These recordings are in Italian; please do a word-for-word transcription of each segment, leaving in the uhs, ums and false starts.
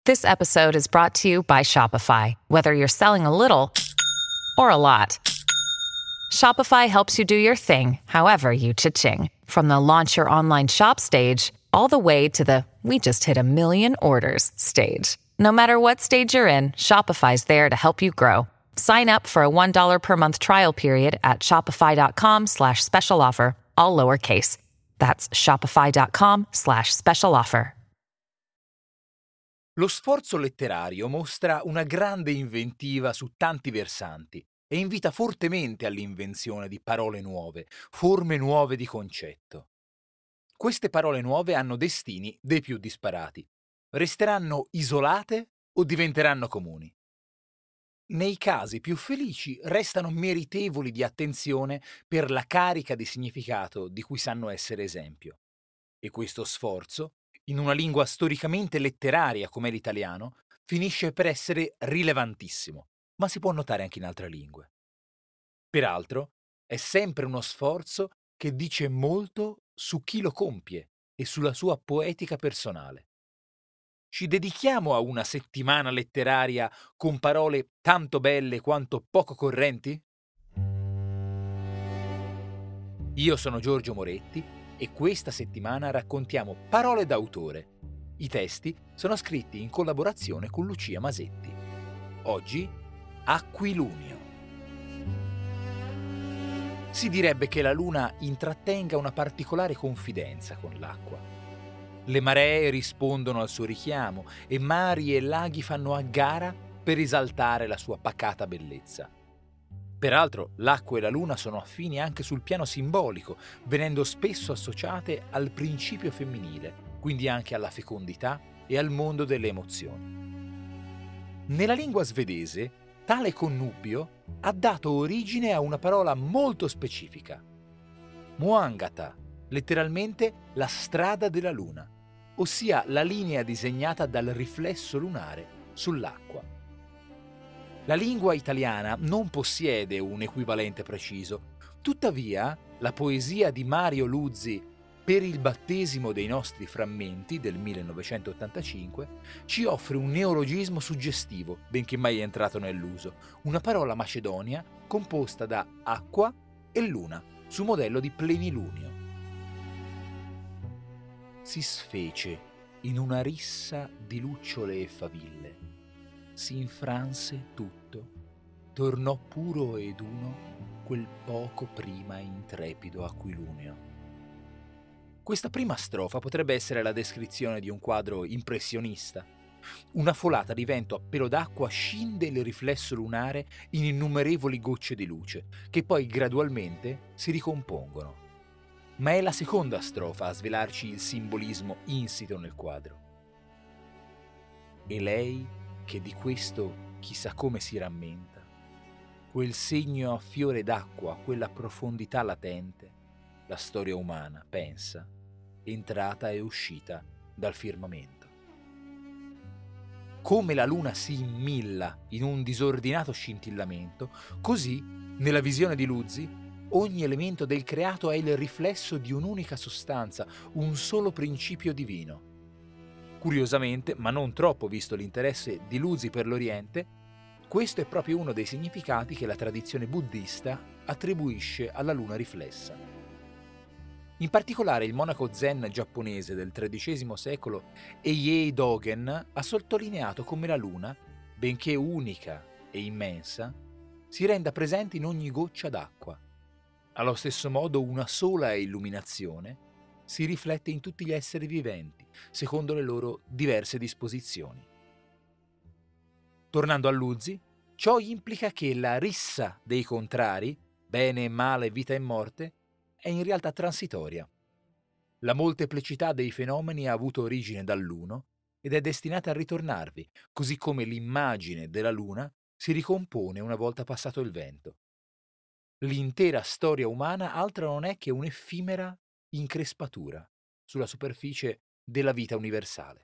This episode is brought to you by Shopify. Whether you're selling a little or a lot, Shopify helps you do your thing, however you cha-ching. From the launch your online shop stage, all the way to the we just hit a million orders stage. No matter what stage you're in, Shopify's there to help you grow. Sign up for a one dollar per month trial period at shopify.com slash special offer, all lowercase. That's shopify.com slash special offer. Lo sforzo letterario mostra una grande inventiva su tanti versanti e invita fortemente all'invenzione di parole nuove, forme nuove di concetto. Queste parole nuove hanno destini dei più disparati. Resteranno isolate o diventeranno comuni? Nei casi più felici restano meritevoli di attenzione per la carica di significato di cui sanno essere esempio. E questo sforzo, in una lingua storicamente letteraria come l'italiano, finisce per essere rilevantissimo, ma si può notare anche in altre lingue. Peraltro, è sempre uno sforzo che dice molto su chi lo compie e sulla sua poetica personale. Ci dedichiamo a una settimana letteraria con parole tanto belle quanto poco correnti? Io sono Giorgio Moretti e questa settimana raccontiamo Parole d'autore. I testi sono scritti in collaborazione con Lucia Masetti. Oggi, Aquilunio. Si direbbe che la luna intrattenga una particolare confidenza con l'acqua. Le maree rispondono al suo richiamo e mari e laghi fanno a gara per esaltare la sua pacata bellezza. Peraltro, l'acqua e la luna sono affini anche sul piano simbolico, venendo spesso associate al principio femminile, quindi anche alla fecondità e al mondo delle emozioni. Nella lingua svedese, tale connubio ha dato origine a una parola molto specifica. Muangata, letteralmente la strada della luna, ossia la linea disegnata dal riflesso lunare sull'acqua. La lingua italiana non possiede un equivalente preciso, tuttavia la poesia di Mario Luzzi Per il battesimo dei nostri frammenti del millenovecentottantacinque ci offre un neologismo suggestivo, benché mai entrato nell'uso, una parola macedonia composta da acqua e luna, su modello di plenilunio. Si sfece in una rissa di lucciole e faville, si infranse tutto, tornò puro ed uno quel poco prima intrepido Aquilunio. Questa prima strofa potrebbe essere la descrizione di un quadro impressionista. Una folata di vento a pelo d'acqua scinde il riflesso lunare in innumerevoli gocce di luce, che poi gradualmente si ricompongono. Ma è la seconda strofa a svelarci il simbolismo insito nel quadro. E lei, che di questo chissà come si rammenta, quel segno a fiore d'acqua, quella profondità latente, la storia umana, pensa, entrata e uscita dal firmamento. Come la luna si immilla in un disordinato scintillamento, così, nella visione di Luzzi, ogni elemento del creato è il riflesso di un'unica sostanza, un solo principio divino. Curiosamente, ma non troppo visto l'interesse di Luzzi per l'Oriente, questo è proprio uno dei significati che la tradizione buddista attribuisce alla luna riflessa. In particolare il monaco zen giapponese del tredicesimo secolo Eijei Dogen ha sottolineato come la luna, benché unica e immensa, si renda presente in ogni goccia d'acqua. Allo stesso modo una sola illuminazione si riflette in tutti gli esseri viventi, secondo le loro diverse disposizioni. Tornando a Luzzi, ciò implica che la rissa dei contrari, bene e male, vita e morte, è in realtà transitoria. La molteplicità dei fenomeni ha avuto origine dall'uno ed è destinata a ritornarvi, così come l'immagine della luna si ricompone una volta passato il vento. L'intera storia umana altro non è che un'effimera increspatura sulla superficie della vita universale.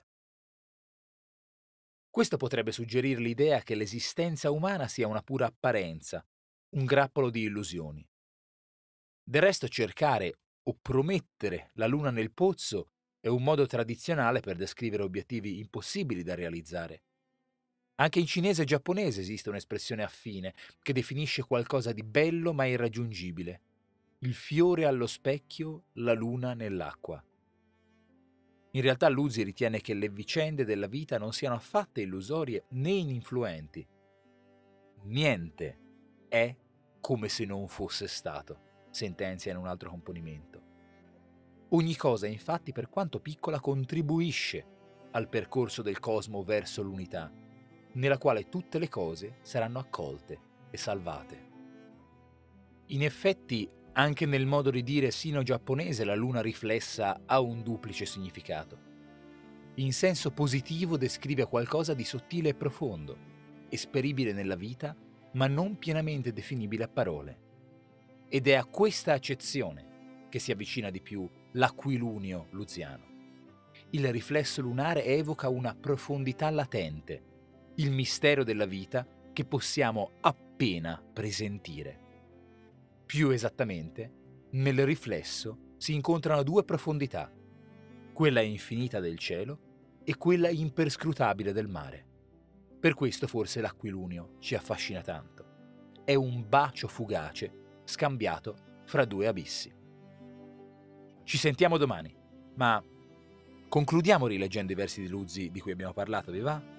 Questo potrebbe suggerire l'idea che l'esistenza umana sia una pura apparenza, un grappolo di illusioni. Del resto cercare o promettere la luna nel pozzo È un modo tradizionale per descrivere obiettivi impossibili da realizzare. Anche in cinese e giapponese esiste un'espressione affine che definisce qualcosa di bello ma irraggiungibile. Il fiore allo specchio, la luna nell'acqua. In realtà Luzi ritiene che le vicende della vita non siano affatto illusorie né ininfluenti. Niente è come se non fosse stato, sentenzia in un altro componimento. Ogni cosa, infatti, per quanto piccola, contribuisce al percorso del cosmo verso l'unità, nella quale tutte le cose saranno accolte e salvate. In effetti, anche nel modo di dire sino-giapponese la luna riflessa ha un duplice significato. In senso positivo descrive qualcosa di sottile e profondo, esperibile nella vita, ma non pienamente definibile a parole. Ed è a questa accezione che si avvicina di più l'aquilunio luziano. Il riflesso lunare evoca una profondità latente, il mistero della vita che possiamo appena presentire. Più esattamente, nel riflesso si incontrano due profondità, quella infinita del cielo e quella imperscrutabile del mare. Per questo forse l'aquilunio ci affascina tanto. È un bacio fugace scambiato fra due abissi. Ci sentiamo domani, ma concludiamo rileggendo i versi di Luzzi di cui abbiamo parlato, vi va?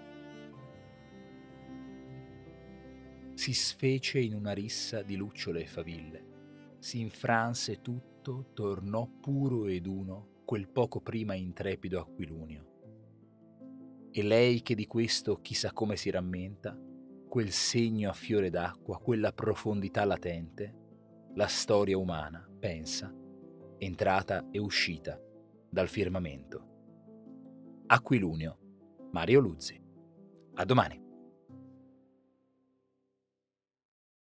Si sfece in una rissa di lucciole e faville, si infranse tutto, tornò puro ed uno quel poco prima intrepido aquilunio. E lei che di questo chissà come si rammenta, quel segno a fiore d'acqua, quella profondità latente, la storia umana, pensa, entrata e uscita dal firmamento. Aquilunio, Mario Luzzi. A domani.